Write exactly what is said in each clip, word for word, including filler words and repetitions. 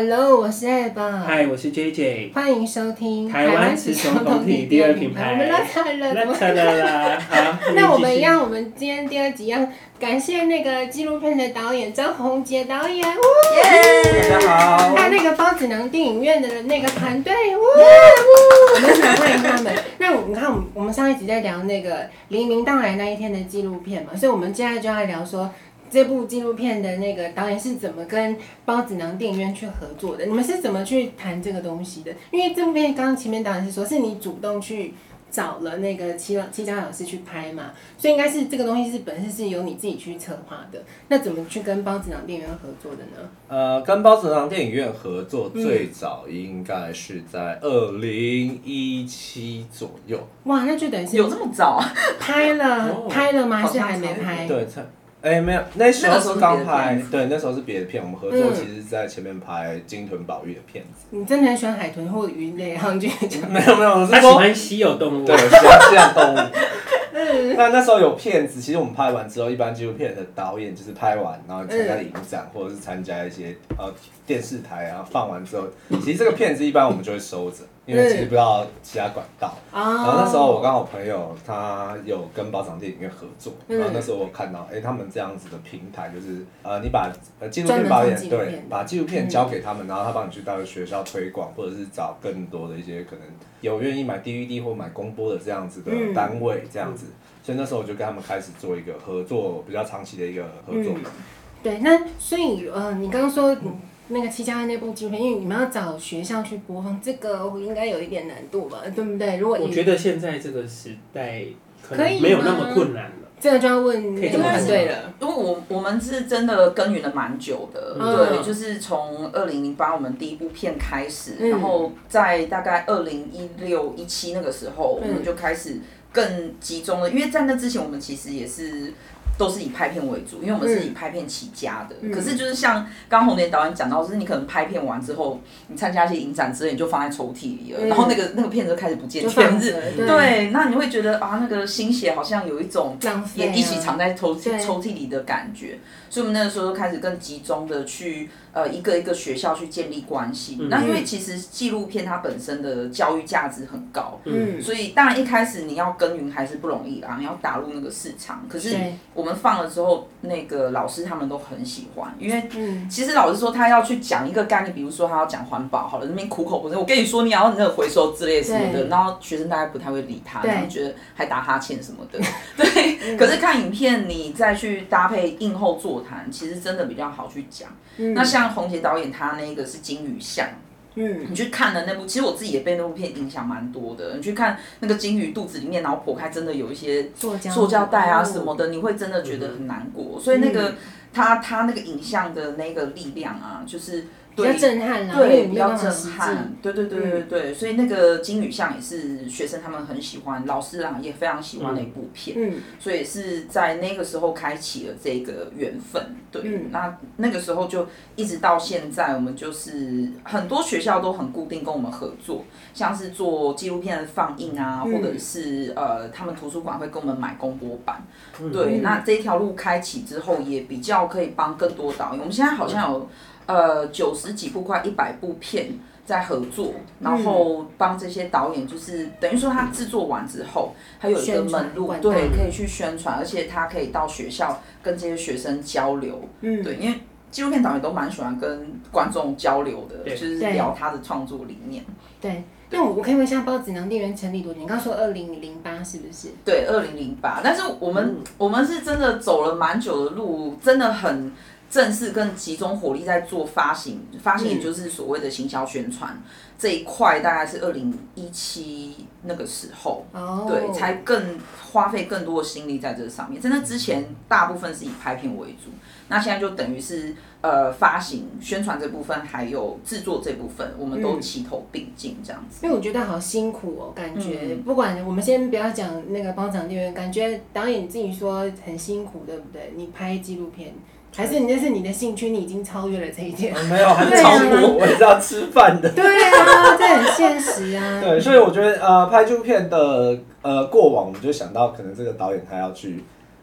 Hello， 我是 Ab。 嗨，我是 J J。 欢迎收听台湾雌雄同体第二品牌。 我们拉惨了， 拉惨了啦！好， 那我们一样，我们今天第二集一样，感谢那个纪录片的导演张宏杰导演。 耶！大家好。 还有那个包子囊电影院的那个团队，我们想欢迎他们。那你看，我们我们上一集在聊那个黎明到来那一天的纪录片嘛，所以我们现在就要聊说。这部纪录片的那个导演是怎么跟包子囊电影院去合作的？你们是怎么去谈这个东西的？因为这部片刚刚前面导演是说，是你主动去找了那个七七家老师去拍嘛，所以应该是这个东西是本身是由你自己去策划的。那怎么去跟包子囊电影院合作的呢？ 呃，跟包子囊电影院合作最早应该是在二零一七左右。 哇，那就等于是有这么早拍了、 哦、 拍了吗？还是还没拍？ 对，才。哎、欸，没有，那时候是刚拍，对，那时候是别的片，我们合作其实是在前面拍鲸豚保育的片子。 你真的很喜欢海豚或鱼类，然后就没有没有，我是说他喜欢稀有动物， 对，喜欢稀有动物。那那时候有片子，其实我们拍完之后，一般纪录片的导演就是拍完，然后参加影展、嗯、或者是参加一些呃电视台啊，放完之后，其实这个片子一般我们就会收着。因为其实不知道其他管道，嗯、然后那时候我刚好朋友他有跟包场电影院合作，嗯、然后那时候我看到，哎、欸，他们这样子的平台就是呃，你把呃纪录片导演对，把纪录片交给他们，嗯、然后他帮你去到学校推广，或者是找更多的一些可能有愿意买 D V D 或买公播的这样子的单位这样子，嗯、所以那时候我就跟他们开始做一个合作，比较长期的一个合作。嗯、 对，那所以呃，你刚刚说。嗯那个七家的那部纪录片，因为你们要找学校去播放，这个应该有一点难度吧，对不对？如果我觉得现在这个时代可能没有那么困难了。 这个就要问那个团队了， 因为我我们是真的耕耘了蛮久的，嗯、对，就是从二零零八我们第一部片开始，嗯、然后在大概二零一六一七那个时候，嗯、我们就开始更集中了，因为在那之前我们其实也是。都是以拍片为主，因为我们是以拍片起家的。嗯、可是就是像刚宏杰导演讲到，就是你可能拍片完之后，你参加一些影展之类，你就放在抽屉里了，嗯、然后那个那个片子就开始不见天日。对，对，那你会觉得啊，那个心血好像有一种也一起藏在抽屉、啊、抽屉里的感觉。所以我们那个时候就开始更集中的去呃一个一个学校去建立关系。嗯、那因为其实纪录片它本身的教育价值很高，嗯，所以当然一开始你要耕耘还是不容易啦，你要打入那个市场。可是我们放了之后，那个老师他们都很喜欢，因为其实老师说他要去讲一个概念，比如说他要讲环保，好了，那边苦口婆心，我跟你说你要那个回收之类什么的，然后学生大概不太会理他，然后觉得还打哈欠什么的，对。嗯、可是看影片，你再去搭配映后座谈，其实真的比较好去讲。嗯、那像宏杰导演他那个是金鱼像。嗯，你去看的那部，其实我自己也被那部片影响蛮多的。你去看那个金鱼肚子里面，然后剖开，真的有一些塑胶袋啊什么的，你会真的觉得很难过。所以那个他他那个影像的那个力量啊，就是比较震撼啦， 对，比较震撼，对对对对对。嗯、所以那个金鱼像也是学生他们很喜欢，老师啊也非常喜欢的一部片。嗯，所以是在那个时候开启了这个缘分。对，嗯、那那个时候就一直到现在，我们就是很多学校都很固定跟我们合作，像是做纪录片的放映啊，嗯、或者是呃他们图书馆会跟我们买公播版。嗯、对，那这一条路开启之后，也比较可以帮更多导演。我们现在好像有。呃，九十几部快一百部片在合作，然后帮这些导演，就是等于说他制作完之后，还有一个门路，对，可以去宣传，而且他可以到学校跟这些学生交流，嗯，对，因为纪录片导演都蛮喜欢跟观众交流的，就是聊他的创作理念。 对，那我我可以问一下，包子囊电影院成立多久？你刚说二零零八是不是？ 对，二零零八，但是我们、嗯、我们是真的走了蛮久的路，真的很。正式更集中火力在做发行，发行也就是所谓的行销宣传、嗯、这一块，大概是二零一七那个时候，哦、对，才更花费更多的心力在这上面。在那之前，大部分是以拍片为主，那现在就等于是呃发行、宣传这部分，还有制作这部分，我们都齐头并进这样子。 因为我觉得好辛苦哦，感觉、嗯、不管我们先不要讲那个包场电影院，感觉导演自己说很辛苦，对不对？你拍纪录片。还是你那是你的兴趣，你已经超越了这一点。 嗯、没有，还是超过，我也是要吃饭的。 对啊，这很现实啊。 对，所以我觉得呃，拍纪录片的呃过往，我们就想到可能这个导演他要去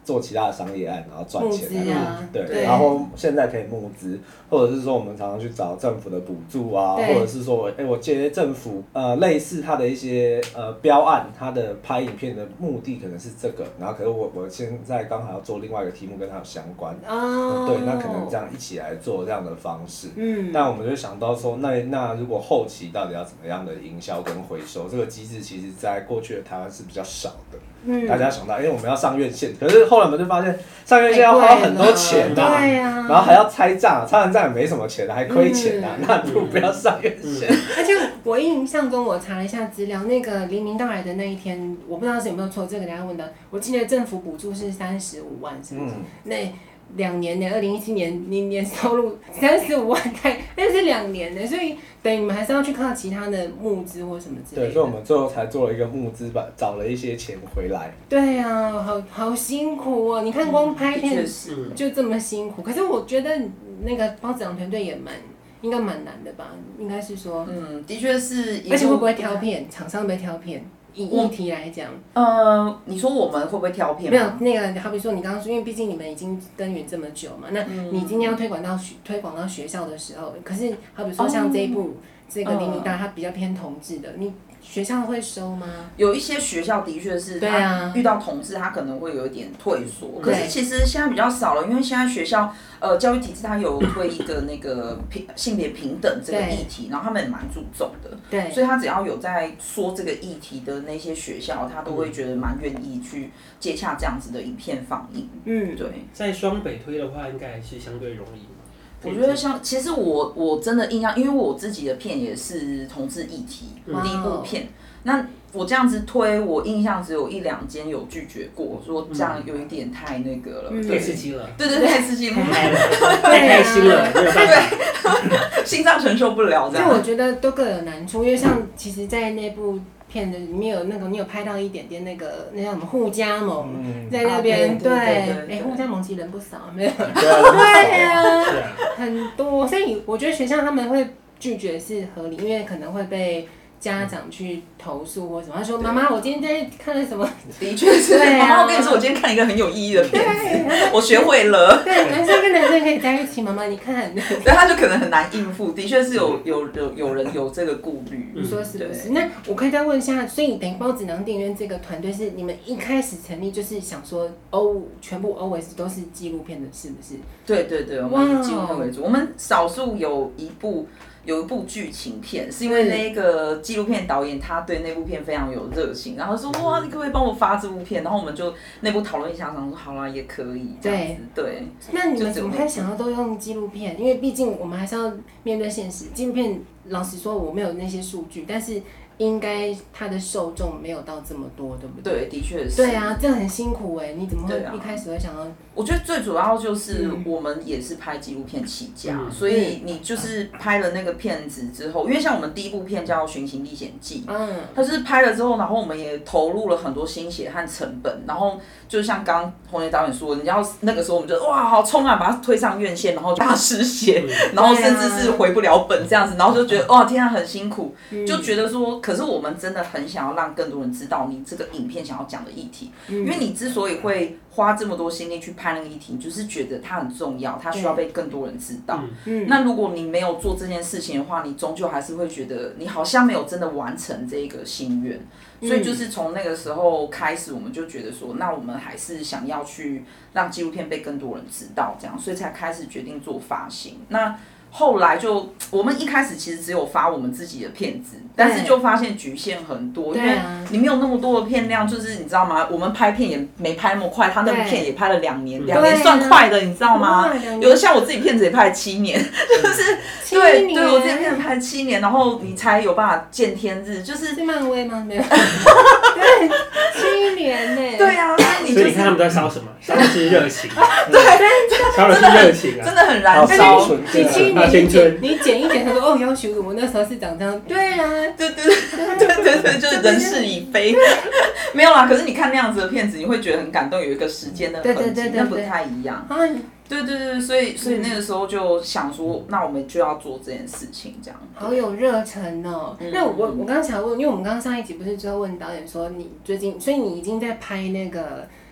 做其他的商业案，然后赚钱募资啊， 对， 对然后现在可以募资，或者是说我们常常去找政府的补助啊，或者是说，哎、欸，我接政府呃类似它的一些呃标案，它的拍影片的目的可能是这个，然后可是我我现在刚好要做另外一个题目跟它有相关，哦、对，那可能这样一起来做这样的方式，嗯，但我们就想到说，那那如果后期到底要怎么样的营销跟回收，这个机制其实在过去的台湾是比较少的。嗯、大家想到，因为我们要上院线，可是后来我们就发现上院线要花很多钱啊， 对啊， 然后还要拆账，拆完账也没什么钱，还亏钱啊，嗯、那就不要上院线。 嗯、而且我印象中，我查了一下资料，那个黎明到来的那一天，我不知道是有没有错，这个等一下问的。我记得政府补助是三十五万，是不是？嗯、那两年的二零一七年，你年收入三十五万台，那是两年的，所以等于你们还是要去靠其他的募资或什么之类的。 对，所以我们最后才做了一个募资吧，找了一些钱回来。 对啊，好好辛苦哦！你看光拍片就这么辛苦，可是我觉得那个包子郎团队也蛮。应该蛮难的吧？应该是说， 嗯，的确是。 而且会不会挑片？厂商会不会挑片？以议题来讲， 呃，你说我们会不会挑片？ 没有，那个好比说你刚刚说，因为毕竟你们已经耕耘这么久嘛，那你今天要推广到学推广到学校的时候，可是好比说像这一部、哦、这个黎明大，它比较偏同志的，你学校会收吗？ 有一些学校的确是，他遇到同志，他可能会有一点退缩。可是其实现在比较少了，因为现在学校呃教育体制它有推一个那个平性别平等这个议题，然后他们也蛮注重的。 对， 所以他只要有在说这个议题的那些学校，他都会觉得蛮愿意去接洽这样子的影片放映。嗯，对。 在双北推的话，应该是相对容易。 我觉得像，其实我我真的印象，因为我自己的片也是同志议题、嗯、第一部片，那我这样子推，我印象只有一两间有拒绝过，说这样有一点太那个了， 嗯、 对， 太刺激了， 对对对，太刺激了， 太开心了，没有办法， 心脏承受不了这样。 所以我觉得都各有难处，因为像其实，在那部片的里面有那个，你有拍到一点点那个那叫什么互加盟，嗯、在那边、啊、对，哎，互加盟其实人不少，没有，对啊，很多，所以我觉得学校他们会拒绝是合理，因为可能会被家长去投诉或什么，他说妈妈，我今天在看了什么？ 的确是，妈妈，我跟你说，我今天看了一个很有意义的片子，我学会了。 对，男生跟男生可以在一起，妈妈你看。 对，他就可能很难应付，的确是有有有有人有这个顾虑。 你说是不是？那我可以再问一下，所以等于包子囊电影院这个团队是你们一开始成立就是想说哦，全部 always 都是纪录片的，是不是？ 对对对，我们以纪录片为主，我们少数有一部。有一部剧情片，是因为那个纪录片导演他对那部片非常有热情，然后说哇，你可不可以帮我发这部片？然后我们就内部讨论一下，想说好啦，也可以这样子。对， 那你们怎么会想要都用纪录片？因为毕竟我们还是要面对现实。纪录片老实说我没有那些数据，但是应该它的受众没有到这么多，对不对？ 对，的确是。 对啊，这很辛苦哎、欸，你怎么会一开始会想要？ 我觉得最主要就是我们也是拍纪录片起家，嗯、所以你就是拍了那个片子之后，因为像我们第一部片叫《寻情历险记》，嗯，它就是拍了之后，然后我们也投入了很多心血和成本，然后就像刚刚洪杰导演说，你要那个时候我们就哇好冲啊，把它推上院线，然后大失血，嗯、然后甚至是回不了本这样子，然后就觉得哇天啊很辛苦，嗯、就觉得说，可是我们真的很想要让更多人知道你这个影片想要讲的议题，嗯、因为你之所以会花这么多心力去拍那个议题，你就是觉得它很重要，它需要被更多人知道。嗯、那如果你没有做这件事情的话，你终究还是会觉得你好像没有真的完成这个心愿。所以就是从那个时候开始，我们就觉得说，那我们还是想要去让纪录片被更多人知道，这样，所以才开始决定做发行。那后来就，我们一开始其实只有发我们自己的片子，但是就发现局限很多，因为你没有那么多的片量，就是你知道吗？我们拍片也没拍那么快，他那部片也拍了两年，两年算快的，你知道吗？有的像我自己片子也拍了七年，就是对对，我自己片子拍了七年，然后你才有办法见天日，就是是漫威吗？没有，对，七年呢？ 对啊， 所以你看他们在烧什么？烧的是热情，对，烧的是热情啊， 真的很燃烧。 你七年你剪一剪，他说哦，要求我那时候是长这样，对啊， 对对对对对对，就是人事已非，没有啦。可是你看那样子的片子，你会觉得很感动，有一个时间的痕迹，那不太一样。对对对，所以所以那个时候就想说，那我们就要做这件事情，这样。 好有热忱哦。嗯、那我我刚刚想问，因为我们刚刚上一集不是最后问导演说，你最近，所以你已经在拍那个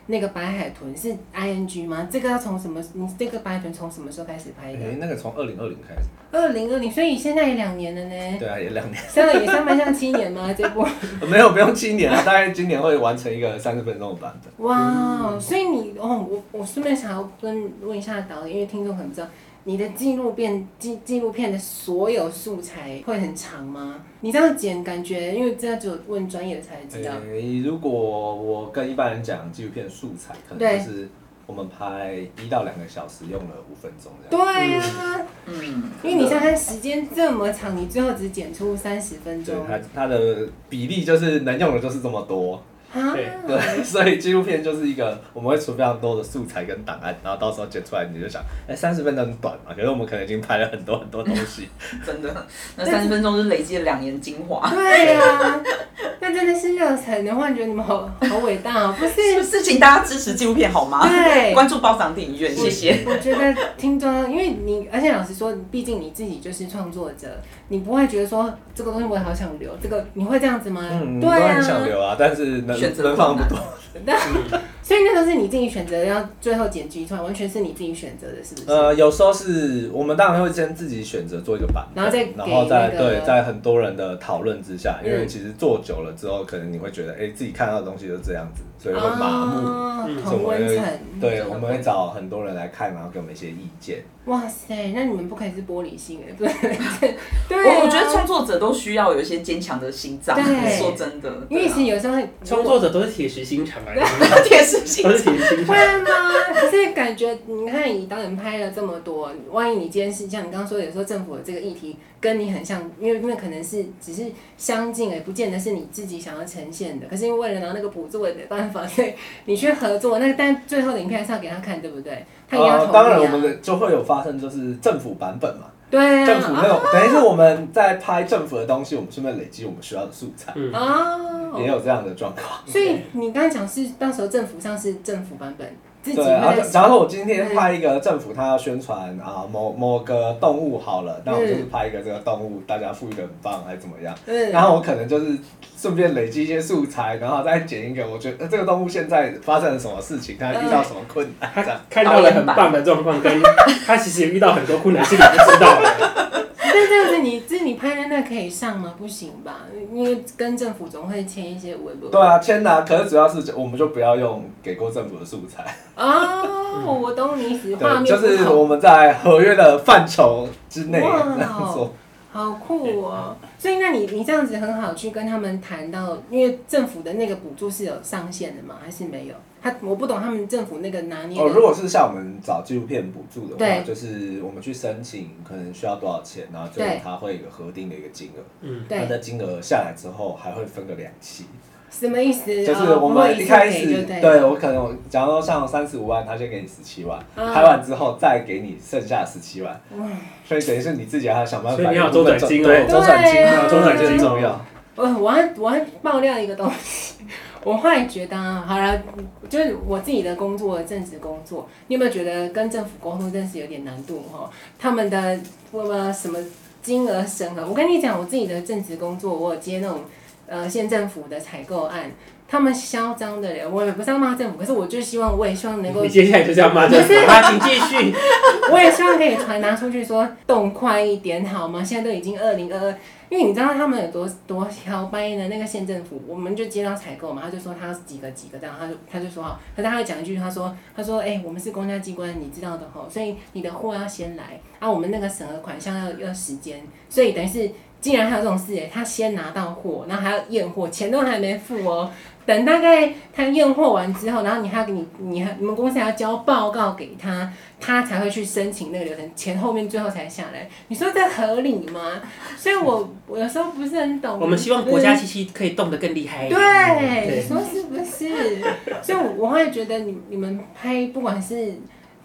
那个白海豚是 I N G 吗？这个要从什么？你这个白海豚从什么时候开始拍的？ 哎、欸，那个从二零二零开始。 二零二零，所以现在也两年了呢。 对啊，也两年。 这样也算蛮像七年吗？这部？ 没有，不用七年啊，大概今年会完成一个三十分钟的版本。 哇、嗯，所以你哦，我我顺便想要跟问一下导演，因为听众可能不知道。你的纪录片纪纪录片的所有素材会很长吗？你这样剪感觉，因为这样只有问专业的才知道。 欸、如果我跟一般人讲纪录片素材，可能就是我们拍一到两个小时，用了五分钟这样。 对啊，嗯，因为你想看时间这么长，你最后只剪出三十分钟。 对，它它的比例就是能用的就是这么多。对对，所以纪录片就是一个我们会存非常多的素材跟档案，然后到时候剪出来你就想，哎、欸，三十分钟很短嘛，可是我们可能已经拍了很多很多东西。 真的，那三十分钟是累积了两年精华。 对啊，那真的是热忱的话，你觉得你们好好伟大哦，不是？ 是请大家支持纪录片好吗？ 对， 关注包赏电影院，谢谢。 我觉得听众，因为你，而且老实说，毕竟你自己就是创作者，你不会觉得说这个东西我也好想留，这个你会这样子吗？ 嗯， 对啊， 都很想留啊，但是能能放不多。 所以那都是你自己选择要最后剪辑出来，完全是你自己选择的，是不是？ 呃，有时候是我们当然会先自己选择做一个版本， 然后再然后在、 那個、 对在很多人的讨论之下，因为其实做久了之后，可能你会觉得，哎、欸，自己看到的东西就这样子，所以会麻木。 哦、同温层。 对，我们会找很多人来看，然后给我们一些意见。 哇塞，那你们不可以是玻璃心哎，对对、 啊。我我觉得创作者都需要有一些坚强的心脏。说真的， 因为其实有时候创作者都是铁石心肠啊， 铁石心肠， 都是铁石心肠。 会吗？可是感觉你看，你导演拍了这么多，万一你今天是像你刚刚说的，有时候政府的这个议题跟你很像，因为因为可能是只是相近，也不见得是你自己想要呈现的。可是因为为了拿那个补助也没办法，所以你去合作，那但最后的影片还是要给他看，对不对？他也要同意啊。 呃、当然，我们就会有发生就是政府版本嘛。 对啊， 政府那种、啊、等于是我们在拍政府的东西，我们顺便累积我们需要的素材。嗯哦，也有这样的状况。 所以你刚才讲是到时候政府上是政府版本。 对，然后假如说我今天拍一个政府，他要宣传啊某某个动物好了，那我就是拍一个这个动物，大家赋予的很棒还是怎么样？嗯，然后我可能就是顺便累积一些素材，然后再剪一个，我觉得这个动物现在发生了什么事情，它遇到什么困难， 他看到了很棒的状况，跟他其实也遇到很多困难，是你不知道的。 但这样子你，这你拍的那可以上吗？不行吧？因为跟政府总会签一些文本。 对啊，签的、啊。可是主要是我们就不要用给过政府的素材。 哦，我懂你意思，画面就是我们在合约的范畴之内这样做。 好酷哦！所以那你你这样子很好去跟他们谈到，因为政府的那个补助是有上限的吗？还是没有？他我不懂他们政府那个拿捏。 哦，如果是像我们找纪录片补助的话，就是我们去申请，可能需要多少钱，然后最后它会有一个核定的一个金额。嗯，那的金额下来之后，还会分个两期。 什么意思？ 就是我们一开始，对, 對我可能假如说像三十五万，他先给你十七万，嗯、拍完之后再给你剩下十七万，嗯、所以等于是你自己还要想办法。 所以你要周转金哦， 对，周转金啊，周转金很重要。 我我要我要爆料一个东西，我后来觉得啊，好了，就是我自己的工作，正职工作，你有没有觉得跟政府沟通真是有点难度哈？他们的呃什么金额审核，我跟你讲，我自己的正职工作，我有接那种。呃，县政府的采购案，他们嚣张的人，我也不是要骂政府，可是我就希望，我也希望能够。 你接下来就是要骂政府，那请继续。 我也希望可以传达出去说，动快一点好吗？现在都已经二零二二，因为你知道他们有多多摇摆的那个县政府，我们就接到采购嘛，他就说他几个几个这样，他就他就说好，可是他会讲一句，他说他说哎、欸，我们是公家机关，你知道的吼，所以你的货要先来，啊，我们那个审核款项要要时间，所以等于是。竟然还有这种事耶！他先拿到货，然后还要验货，钱都还没付哦。等大概他验货完之后，然后你还要给你，你还你们公司还要交报告给他，他才会去申请那个流程，钱后面最后才下来。你说这合理吗？所以我我有时候不是很懂。 我们希望国家机器可以动得更厉害一点。对，你说是不是？所以我会觉得你你们拍不管是。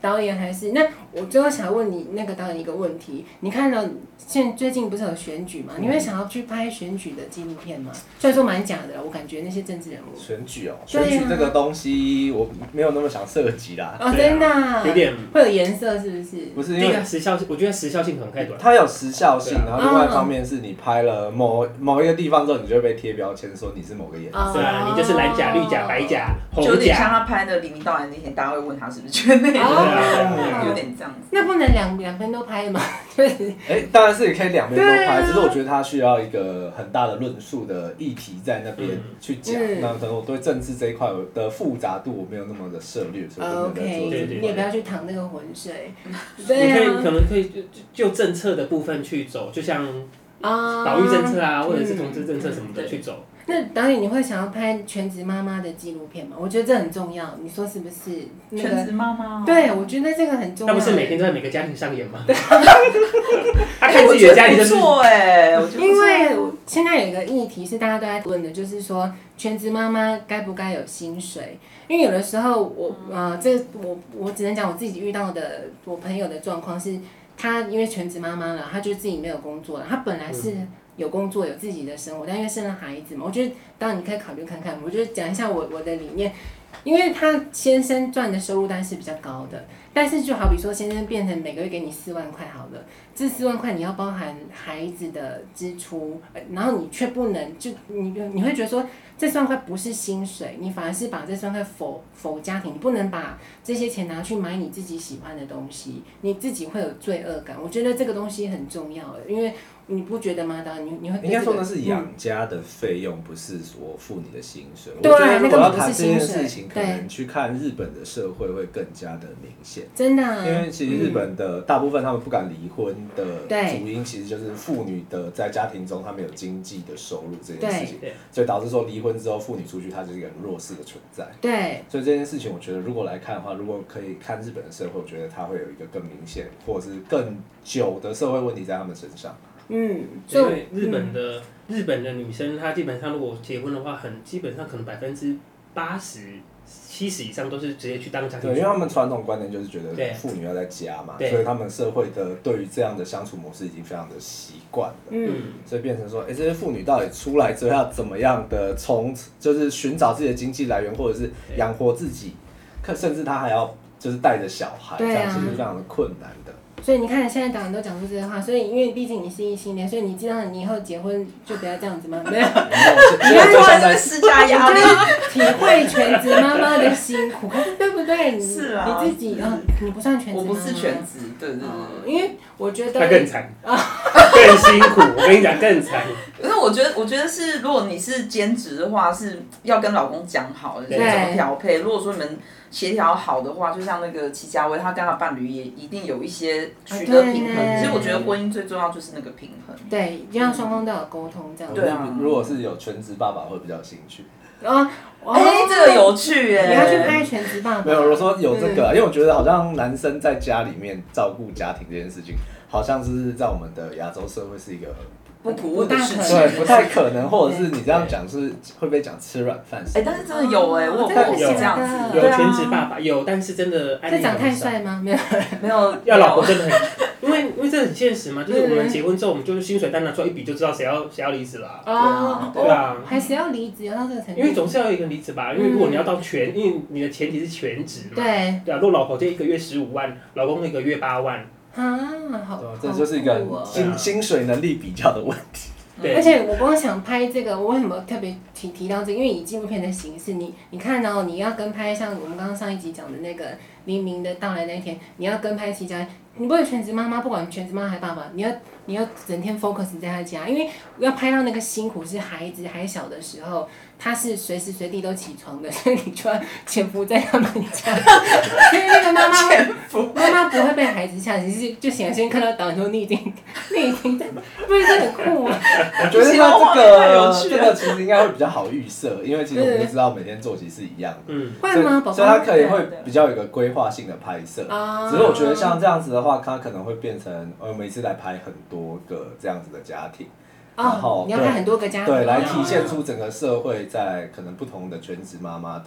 导演还是那我最后想问你那个导演一个问题，你看到现最近不是有选举嘛？你会想要去拍选举的纪录片吗？虽然说蛮假的，我感觉那些政治人物。 选举哦，选举这个东西我没有那么想涉及啦。 哦，真的、啊， 有点会有颜色是不是？ 不是，因为时效性，我觉得时效性可能太短。 它有时效性，然后另外一方面是你拍了某某一个地方之后，你就会被贴标签说你是某个颜色。 对啊，你就是蓝甲、绿甲、白甲、红甲。 就有点像他拍的《黎明到来》那天，大家会问他是不是圈内的， 哦、 有点这样子。 那不能两两边都拍吗？就是， 哎，当然是也可以两边都拍，只是我觉得它需要一个很大的论述的议题在那边去讲。嗯、那可能我对政治这一块的复杂度我没有那么的涉猎，所以我就没有在做。 你也不要去淌那个浑水。 对啊，你可以可能可以就就政策的部分去走，就像保育政策啊，或者是同志政策什么的去走。 那导演，你会想要拍全职妈妈的纪录片吗？我觉得这很重要，你说是不是？那个、全职妈妈、哦。 对，我觉得这个很重要。 那不是每天都在每个家庭上演吗？他看自己的家庭不错哎， 因为现在有一个议题是大家都在问的，就是说全职妈妈该不该有薪水？因为有的时候我呃，这我我只能讲我自己遇到的我朋友的状况是，她因为全职妈妈了，她就自己没有工作了，她本来是。有工作有自己的生活，但因为生了孩子嘛，我觉得当然你可以考虑看看。我就讲一下我我的理念，因为他先生赚的收入当然是比较高的，但是就好比说先生变成每个月给你四万块好了，这四万块你要包含孩子的支出，然后你却不能就你你会觉得说这四万块不是薪水，你反而是把这四万块否否家庭，你不能把这些钱拿去买你自己喜欢的东西，你自己会有罪恶感。我觉得这个东西很重要，因为。你不觉得吗？当然，你你会、这个、 应该说那是养家的费用，嗯、不是我付你的薪水。 对， 我觉得如果要谈这件事情，可能去看日本的社会会更加的明显。 真的、啊， 因为其实日本的大部分他们不敢离婚的主因， 对其实就是妇女的在家庭中他们有经济的收入这件事情，所以导致说离婚之后妇女出去，她就是一个很弱势的存在。 对， 所以这件事情，我觉得如果来看的话，如果可以看日本的社会，我觉得它会有一个更明显或者是更久的社会问题在他们身上。 嗯， 因为日本的、嗯、日本的女生，她基本上如果结婚的话，很基本上可能百分之八十、七十以上都是直接去当家庭主妇。 对，因为他们传统观念就是觉得妇女要在家嘛，所以他们社会的对于这样的相处模式已经非常的习惯了。嗯，所以变成说，哎、欸，这些妇女到底出来之后要怎么样的从就是寻找自己的经济来源，或者是养活自己，甚至她还要就是带着小孩，这样其实非常的困难的。 所以你看，现在导演都讲出这些话，所以因为毕竟你是异性恋，所以你知道你以后结婚就不要这样子吗？没有， 你要突然施加压力， 体会全职妈妈的辛苦，可是对不对？你是啊， 你自己啊、哦，你不算全职妈妈， 我不是全职，对对对、 哦，因为我觉得他更惨啊，更辛苦。我跟你讲，更惨。 因为我觉得，我觉得是，如果你是兼职的话，是要跟老公讲好的，怎么调配。如果说你们协调好的话，就像那个齐家威，他跟他伴侣也一定有一些取得平衡。其实我觉得婚姻最重要就是那个平衡。 对，就让双方都有沟通这样。 对啊，如果是有全职爸爸会比较有兴趣。 啊， 哎、欸，这个有趣耶！ 你要去拍全职爸爸？ 没有，我说有这个、啊，因为我觉得好像男生在家里面照顾家庭这件事情，好像是在我们的亚洲社会是一个。 不普遍的事情， 对，不太可能，或者是你这样讲是会被讲吃软饭。 哎、欸，但是真的有哎、欸，我有看过这样子， 有全职爸爸有，但是真的他长太帅吗？没有， 没有， 要老婆真的很，因为因为这很现实嘛，就是我们结婚之后，我们就是薪水单拿出来一笔就知道谁要谁要离职啦。 哦， 对啊， 还谁要离职？要到这个程度？ 因为总是要有一个离职吧，因为如果你要到全，因为你的前提是全职嘛。 对。 对啊，如果老婆就一个月十五万，老公一个月八万。 啊，好， 这就是一个薪薪水能力比较的问题。 而且我光想拍这个，我为什么特别提提到这个？因为以纪录片的形式，你你看哦，你要跟拍像我们刚刚上一集讲的那个黎明的到来那一天，你要跟拍齐家，你不会全职妈妈，不管全职妈妈还爸爸，你要你要整天 focus 在他家，因为要拍到那个辛苦是孩子还小的时候，他是随时随地都起床的，所以你就要潜伏在他们家，所以那个妈妈妈妈不会被孩子吓，其实就显然先看到导演说你已经你已经在，不是很酷吗？ 我觉得这个这个其实应该会比较好预设，因为其实我们不知道每天作息是一样的， 嗯，会吗？ 所以它可以会比较有一个规划性的拍摄。只是我觉得像这样子的话，它可能会变成呃每次来拍很多个这样子的家庭。然后你要拍很多个家庭， 对，来体现出整个社会在可能不同的全职妈妈的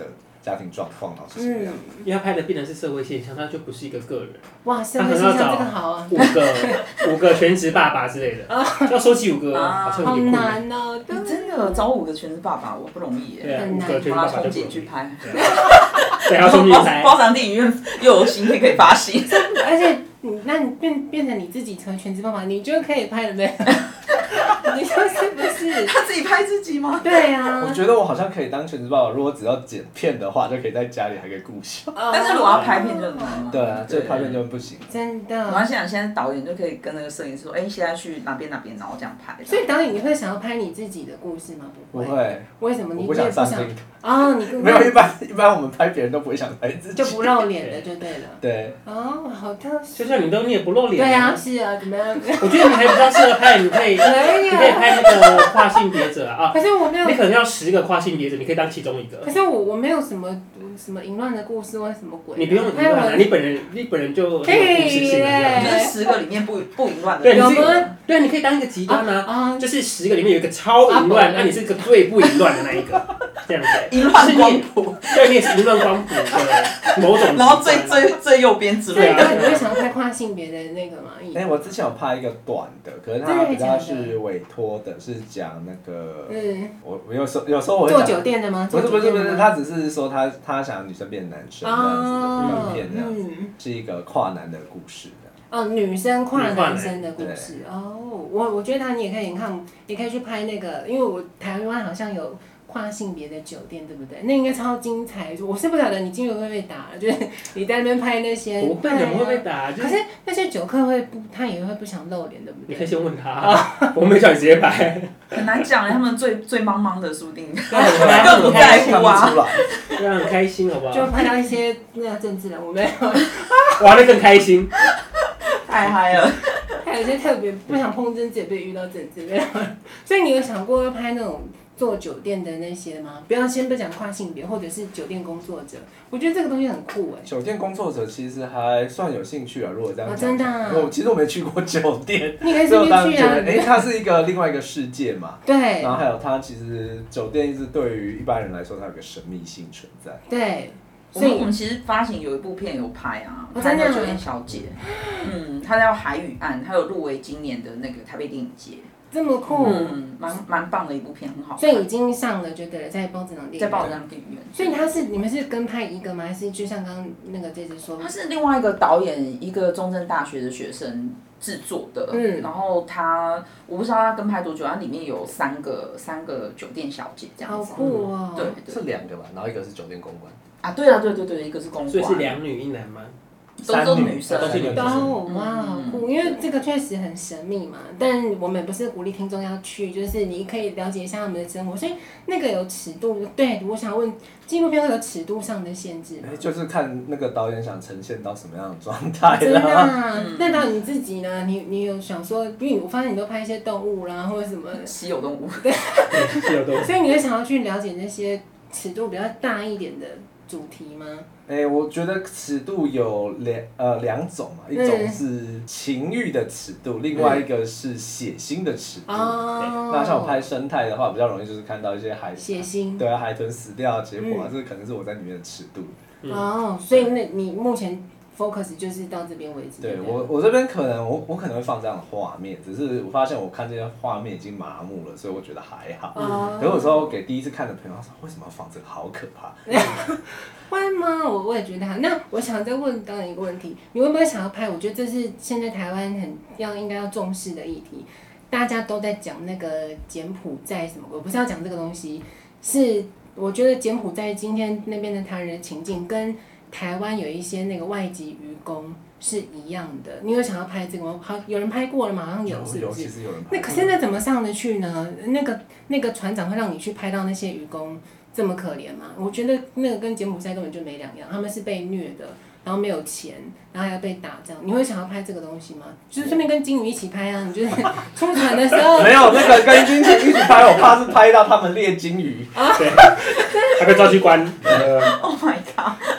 家庭状况，老是什么样。 因为他拍的变成是社会现象，他就不是一个个人。 哇，社会现象这个好啊！ 五个五个全职爸爸之类的，要收起五个，好像有点困难哦。 真的找五个全职爸爸，我不容易耶。 对啊，五个全职爸爸就不容易去拍。 对，要冲进拍。 包场电影院又有新片可以发行， 而且你那你变变成你自己成为全职爸爸，你就可以拍了呗。你说是不是？ 他自己拍自己吗？ 对啊。 我觉得我好像可以当全职爸爸，如果只要剪片的话，就可以在家里还可以顾小。 但是如果要拍片就很难。 对啊，这拍片就不行。 真的。 没关系，现在导演就可以跟那个摄影师说，哎，现在去哪边哪边，然后这样拍。 所以导演你会想要拍你自己的故事吗？ 不会。不会。 为什么？你不想上镜。 哦，你没有一般一般我们拍别人都不会想拍自己。 就不露脸的就对了。 对。 哦，好特殊。 就像你都你也不露脸。 对啊，是啊，怎么样？ 我觉得你还比较适合拍，你可以，你可以拍那个跨性别者啊。 可是我没有。 你可能要十个跨性别者，你可以当其中一个。 可是我我没有什么什么淫乱的故事或什么鬼。 你不用淫乱啊，你本人你本人就有故事性的。 就是十个里面不不淫乱的。 对，你对，你可以当一个极端啊，就是十个里面有一个超淫乱，那你是个最不淫乱的那一个，这样子。 淫乱光谱。 对，你也是淫乱光谱的某种。 然后最最最右边之类的。你会想要拍跨性别的那个吗？ 哎，我之前有拍一个短的，可是它比较是委托的，是讲那个，嗯，我我有时候有时候我会做酒店的吗？ 不是不是不是，他只是说他他想女生变男生这样子的短片这样子，是一个跨男的故事的。 哦，女生跨男生的故事哦，我我觉得他你也可以，你看也可以去拍那个，因为我台湾好像有跨性别的酒店，对不对？那应该超精彩。我是不晓得你进入会不会被打，就是你在那边拍那些， 不会怎么会被打？ 可是那些酒客会不，他也会不想露脸，对不对？ 你可以先问他，我没叫你直接拍。 很难讲，他们最最茫茫的，说不定更不在乎啊， 对啊，很开心，好不好？ 就拍到一些那个政治人物，没有， 哇，那更开心。 太嗨了！ 还有一些特别不想碰政治，也被遇到政治没有。所以你有想过要拍那种做酒店的那些吗？不要先不讲跨性别，或者是酒店工作者，我觉得这个东西很酷哎。 酒店工作者其实还算有兴趣啊，如果这样讲。 哦，真的啊。 我其实我没去过酒店， 你可以顺便去啊。 哎，它是一个另外一个世界嘛。 对。 然后还有它其实酒店一直对于一般人来说，它有个神秘性存在。 对。 所以我们其实发行有一部片有拍啊，拍那个酒店小姐，嗯，它叫《海与岸》，它有入围今年的那个台北电影节。 这么酷， 嗯，蛮蛮棒的一部片，很好看。 所以已经上了就对了，在包子囊电影院。 在包子囊电影院。 所以他是你们是跟拍一个吗？还是就像刚刚那个这次说？ 他是另外一个导演，一个中正大学的学生制作的。嗯。然后他，我不知道他跟拍多久，它里面有三个三个酒店小姐这样子。 好酷哦！ 对， 是两个吧，然后一个是酒店公关。 啊，对啊，对对对，一个是公关。 所以是两女一男吗？ 都都是女生， 都是女生。 哦，哇，好酷！因为这个确实很神秘嘛，但我们不是鼓励听众要去，就是你可以了解一下他们的生活，所以那个有尺度。对，我想问，纪录片会有尺度上的限制吗？ 就是看那个导演想呈现到什么样的状态。 真的啊？那导演你自己呢？你你有想说，因为我发现你都拍一些动物啦，或者什么稀有动物， 对， 稀有动物， 所以你会想要去了解那些尺度比较大一点的主题吗？ 哎、欸，我觉得尺度有两呃两种嘛，一种是情欲的尺度，嗯、另外一个是血腥的尺度。哦、那像我拍生态的话，比较容易就是看到一些海血腥， 对啊，海豚死掉的结果啊，嗯、这个可能是我在里面的尺度。 嗯、哦，所以那你目前 focus 就是到这边为止。 对我，我这边可能我我可能会放这样的画面，只是我发现我看这些画面已经麻木了，所以我觉得还好。嗯、可是有时候给第一次看的朋友说，为什么要放这个？好可怕。 会吗？我我也觉得好。那我想再问导演一个问题，你会不会想要拍？我觉得这是现在台湾很要应该要重视的议题。大家都在讲那个柬埔寨什么，我不是要讲这个东西，是我觉得柬埔寨今天那边的台湾人的情境跟台湾有一些那个外籍渔工是一样的。你有想要拍这个吗？好，有人拍过了吗？好像有，是不是？ 其实有人拍过。 那可是那怎么上得去呢？那个那个船长会让你去拍到那些渔工这么可怜吗？我觉得那个跟柬埔寨根本就没两样，他们是被虐的，然后没有钱，然后还要被打这样。你会想要拍这个东西吗？就是顺便跟金鱼一起拍啊！你就是出船的时候没有那个跟金鱼一起拍，我怕是拍到他们猎金鱼， 对，还被抓去关。 Oh my god！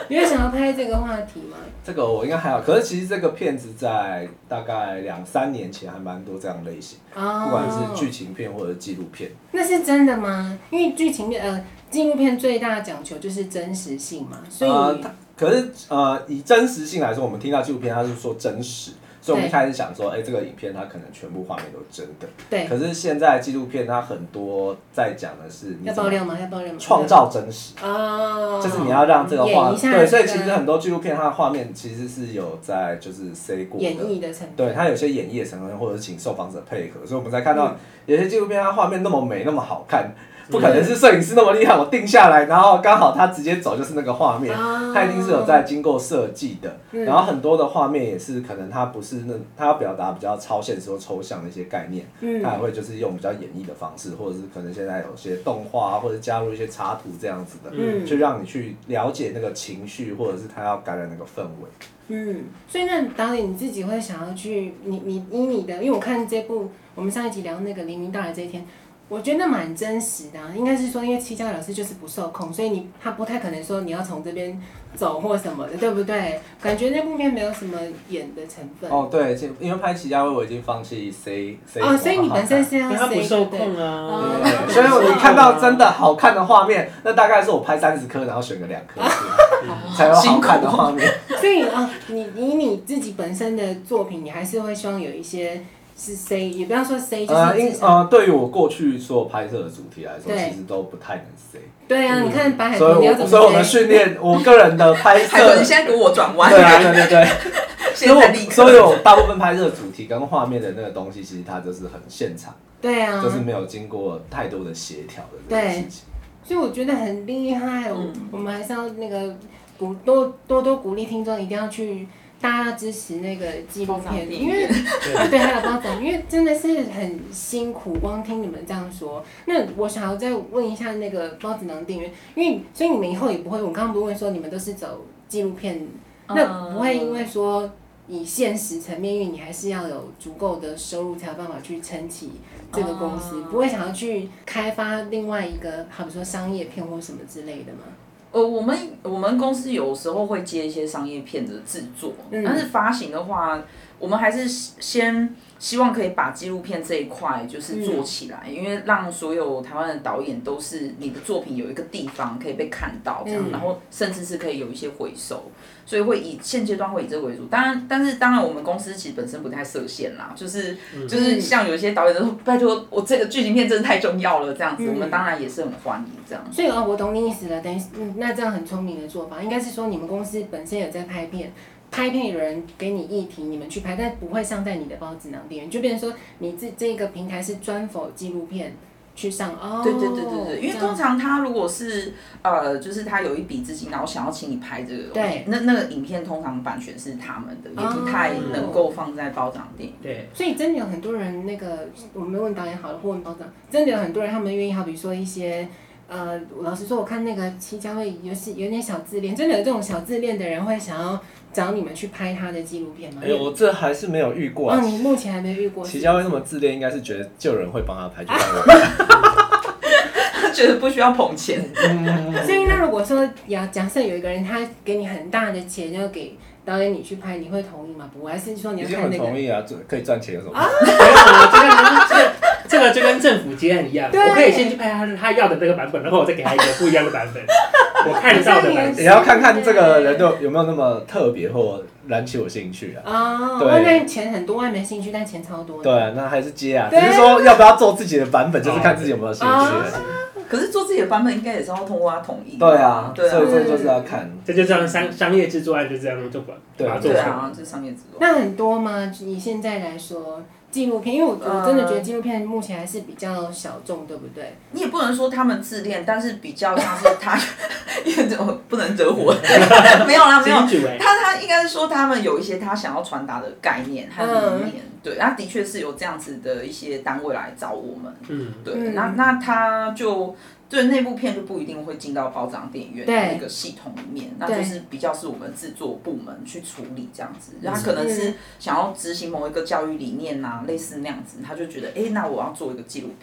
你会想要拍这个话题吗？ 这个我应该还好，可是其实这个片子在大概两三年前还蛮多这样类型，哦、不管是剧情片或者纪录片。 那是真的吗？因为剧情片呃纪录片最大的讲求就是真实性嘛，所以、呃、 可是呃以真实性来说，我们听到纪录片它是说真实。所以我们一开始想说，哎、欸，这个影片它可能全部画面都是真的。 对。 可是现在纪录片它很多在讲的是你要爆料吗？要爆料吗？ 创造真实。 哦。 就是你要让这个画， 面、 对，所以其实很多纪录片它的画面其实是有在就是塞过的演绎的成分。 对，它有些演绎的成分，或者是请受访者配合，所以我们才看到有些纪录片它画面那么美那么好看。不可能是摄影师那么厉害，我定下来，然后刚好他直接走就是那个画面，他一定是有在经过设计的。然后很多的画面也是可能他不是那他要表达比较超现实或抽象的一些概念，他也会就是用比较演绎的方式，或者是可能现在有些动画或者加入一些插图这样子的，去让你去了解那个情绪，或者是他要感染那个氛围。 嗯，所以那导演你自己会想要去你你以你的，因为我看这部我们上一集聊那个黎明到来这一天。我觉得蛮真实的、啊，应该是说，因为七家老师就是不受控，所以你他不太可能说你要从这边走或什么的，对不对？感觉那部片没有什么演的成分。 哦，对，因为拍齐家威我已经放弃 C C。 哦，所以你本身是要 C， 他不受控啊。 哦、 对，所以你看到真的好看的画面，那大概是我拍三十颗，然后选个两颗才有好看的画面。 所以啊、哦，你以你自己本身的作品，你还是会希望有一些。是 C， 也不要说 C， 就是呃，因呃，对于我过去所有拍摄的主题来说，其实都不太能 C。 对啊，嗯、你看白海豚， 你要怎么 C？ 所以我们训练我个人的拍摄。 海豚，你现在给我转弯。 对啊，对对对。 现在立刻。 所以我大部分拍摄主题跟画面的那个东西，其实它就是很现场。 对啊。 就是没有经过太多的协调的这件事情。 所以我觉得很厉害，嗯、我们还是要那个鼓多多多鼓励听众，一定要去。大家要支持那个纪录片，因为对，对还有包长，因为真的是很辛苦。光听你们这样说，那我想要再问一下那个包子囊店员，因为所以你们以后也不会，我刚刚不是问说你们都是走纪录片，那不会因为说以现实层面，因为你还是要有足够的收入才有办法去撑起这个公司，不会想要去开发另外一个，好比说商业片或什么之类的吗？ 呃，我们我们公司有时候会接一些商业片的制作，嗯、但是发行的话，我们还是先希望可以把纪录片这一块就是做起来，嗯、因为让所有台湾的导演都是你的作品有一个地方可以被看到，这样，嗯、然后甚至是可以有一些回收，所以会以现阶段会以这个为主。当然，但是当然我们公司其实本身不太设限啦，就是、嗯、就是像有一些导演都说，拜托我这个剧情片真的太重要了，这样子，嗯、我们当然也是很欢迎这样。 所以哦，我懂你意思了，等于嗯，那这样很聪明的做法，应该是说你们公司本身有在拍片。拍片有人给你议题，你们去拍，但不会上在你的包子囊店，就变成说你这这个平台是专否纪录片去上哦。 对对对对对，因为通常他如果是呃，就是他有一笔资金，然后想要请你拍这个东西，那那个影片通常版权是他们的，也不太能够放在包子囊店。 对， 所以真的有很多人那个，我们问导演好了，或问包长，真的有很多人他们愿意，好比说一些。呃，老实说，我看那个戚家威有是有点小自恋，真的有这种小自恋的人会想要找你们去拍他的纪录片吗？ 哎、欸，我这还是没有遇过、啊。 哦，你目前还没遇过。 戚家威那么自恋，应该是觉得就有人会帮他拍，就帮我拍。 觉得不需要捧钱。 嗯、所以那如果说呀，假设有一个人他给你很大的钱，要给导演你去拍，你会同意吗？不，还是说你要看那个？ 已经很同意啊，可以赚钱有什么？ 啊，没有啊，这个这个这个就跟政府接案一样，我可以先去拍他他要的那个版本，然后我再给他一个不一样的版本，我看得到的版本。 也要看看这个人有有没有那么特别或燃起我兴趣啊。 哦，对，那钱很多，我也没兴趣，但钱超多的。 对，那还是接啊，只是说要不要做自己的版本，就是看自己有没有兴趣而已。 可是做自己的版本应该也是要通过他同意。 对啊， 对啊， 所以这就是要看。 这就这样商商业制作案就这样就把把它做出来。对啊，这是商业制作。 那很多吗？以现在来说，纪录片，因为我我真的觉得纪录片目前还是比较小众，对不对？ 你也不能说他们自恋，但是比较像是他，因为怎么不能惹火？没有啦，没有。他他应该是说他们有一些他想要传达的概念和理念。嗯对，他的确是有这样子的一些单位来找我们，嗯，对，嗯、那那他就对那部片就不一定会进到包装电影院的那个系统里面，那就是比较是我们制作部门去处理这样子，他可能是想要执行某一个教育理念啊，类似那样子，他就觉得，哎、欸，那我要做一个纪录片。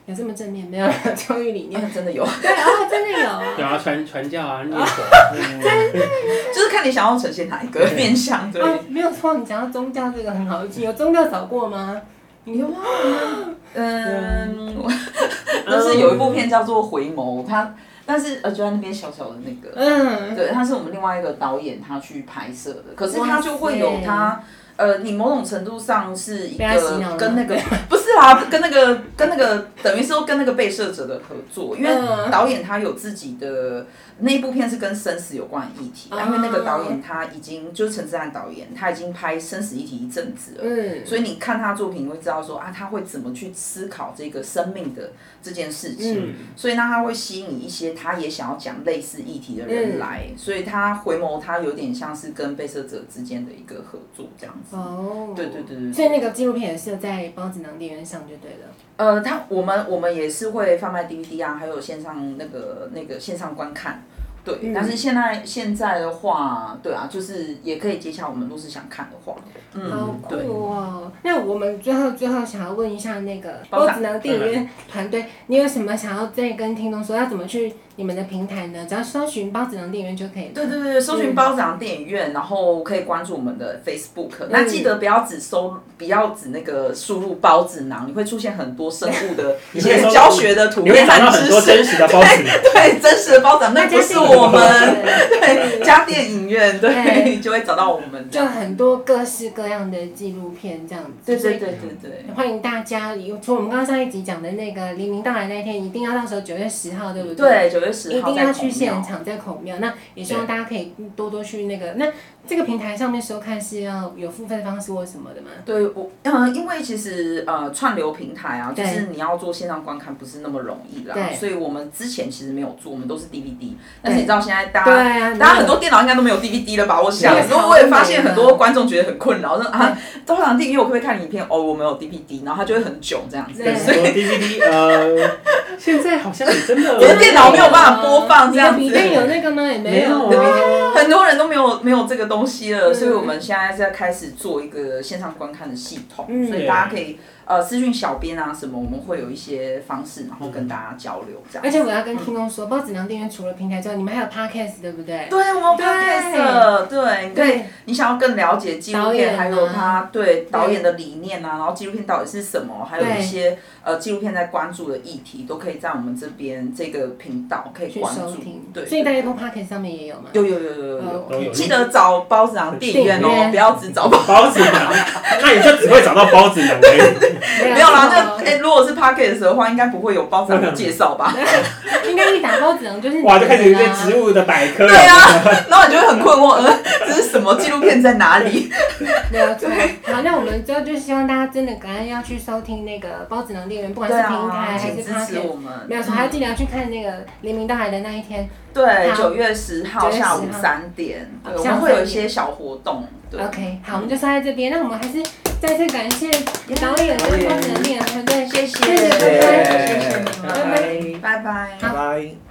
有这么正面没有教育理念？ 真的有。 对哦，真的有。 有啊，传传教啊，念佛。 就是看你想要呈现哪一个面向，对。 哦，没有错，你讲到宗教这个很好记，有宗教找过吗？ 有啊。嗯，就是有一部片叫做《回眸》，它但是呃就在那边小小的那个，嗯，对，它是我们另外一个导演他去拍摄的，可是他就会有他。呃，你某种程度上是一个跟那个不是啦，跟那个跟那个等于是说跟那个被摄者的合作，因为导演他有自己的那一部片是跟生死有关的议题，因为那个导演他已经就是陈志安导演，他已经拍生死议题一阵子了，嗯，所以你看他作品你会知道说啊，他会怎么去思考这个生命的这件事情，嗯，所以那他会吸引一些他也想要讲类似议题的人来，嗯，所以他回眸他有点像是跟被摄者之间的一个合作这样子。哦，对对对对， 所以那个纪录片也是在包子囊电影院上就对了。 呃，他我们我们也是会贩卖 D V D 啊，还有线上那个那个线上观看。对，嗯，但是现在现在的话，对啊，就是也可以接洽我们，如果是想看的话。 嗯，好酷哦！那我们最后最后想要问一下那个包子囊电影院团队，你有什么想要再跟听众说？要怎么去你们的平台呢？只要搜寻包子囊电影院就可以了。 对对对，搜寻包子囊电影院，然后可以关注我们的 Facebook。嗯，那记得不要只搜，不要只那个输入包子囊，你会出现很多生物的一些教学的图片和知识。 你会找到很多真实的包子囊。 对，真实的包子囊，那不是我们。对，家电影院，对，就会找到我们。 就很多各式各样的纪录片这样子。 对对对对对。 欢迎大家，除我们刚刚上一集讲的那个黎明到来那一天，一定要到时候九月十号，对不对？ 对，九月十号一定要去现场，在孔庙。那也希望大家可以多多去那个那这个平台上面收看是要有付费方式或什么的吗？ 对，我嗯，因为其实呃串流平台啊，就是你要做线上观看不是那么容易啦，所以我们之前其实没有做，我们都是 D V D。但是你知道现在大家、啊、大家很多电脑应该都没有 D V D 了吧？我想，然后我也发现很多观众觉得很困扰，说啊，多少电影院我可不可以看影片？哦，我没有 D V D， 然后他就会很囧这样子。 所以 D V D 呃，现在好像也真的， 我的电脑没有办法播放这样子。 里面有那个吗？也没有。 很多人都没有没有这个东西了，所以我们现在在开始做一个线上观看的系统，所以大家可以。呃，私讯小编啊什么，我们会有一些方式，然后跟大家交流这样。 而且我要跟听众说，包子囊电影院除了平台之外，你们还有 podcast 对不对？ 对，我们有 podcast， 对，对，你想要更了解纪录片，还有他对导演的理念啊，然后纪录片到底是什么，还有一些呃纪录片在关注的议题，都可以在我们这边这个频道可以关注。 对，所以在 Apple Podcast 上面也有吗？ 有有有有有有，记得找包子囊电影院哦，不要只找包子囊，那你就只会找到包子囊。 没有啦，就哎、欸，如果是 podcast 的话，应该不会有包子囊的介绍吧？ 应该一打包子囊就是哇，就开始有一些植物的百科。 对啊，然后你就会很困惑，呃，这是什么纪录片在哪里？ 没有错。好，那我们之后就希望大家真的赶快要去收听那个包子囊电影院，不管是平台还是 podcast， 没有错，还要记得要去看那个黎明到来的那一天。 对，九月十号下午三点，我们会有一些小活动。 OK， 好，我们就收在这边。那我们还是再次感谢导演跟包子囊电影团队，谢谢， 谢谢，谢谢，拜拜，拜拜， 拜拜。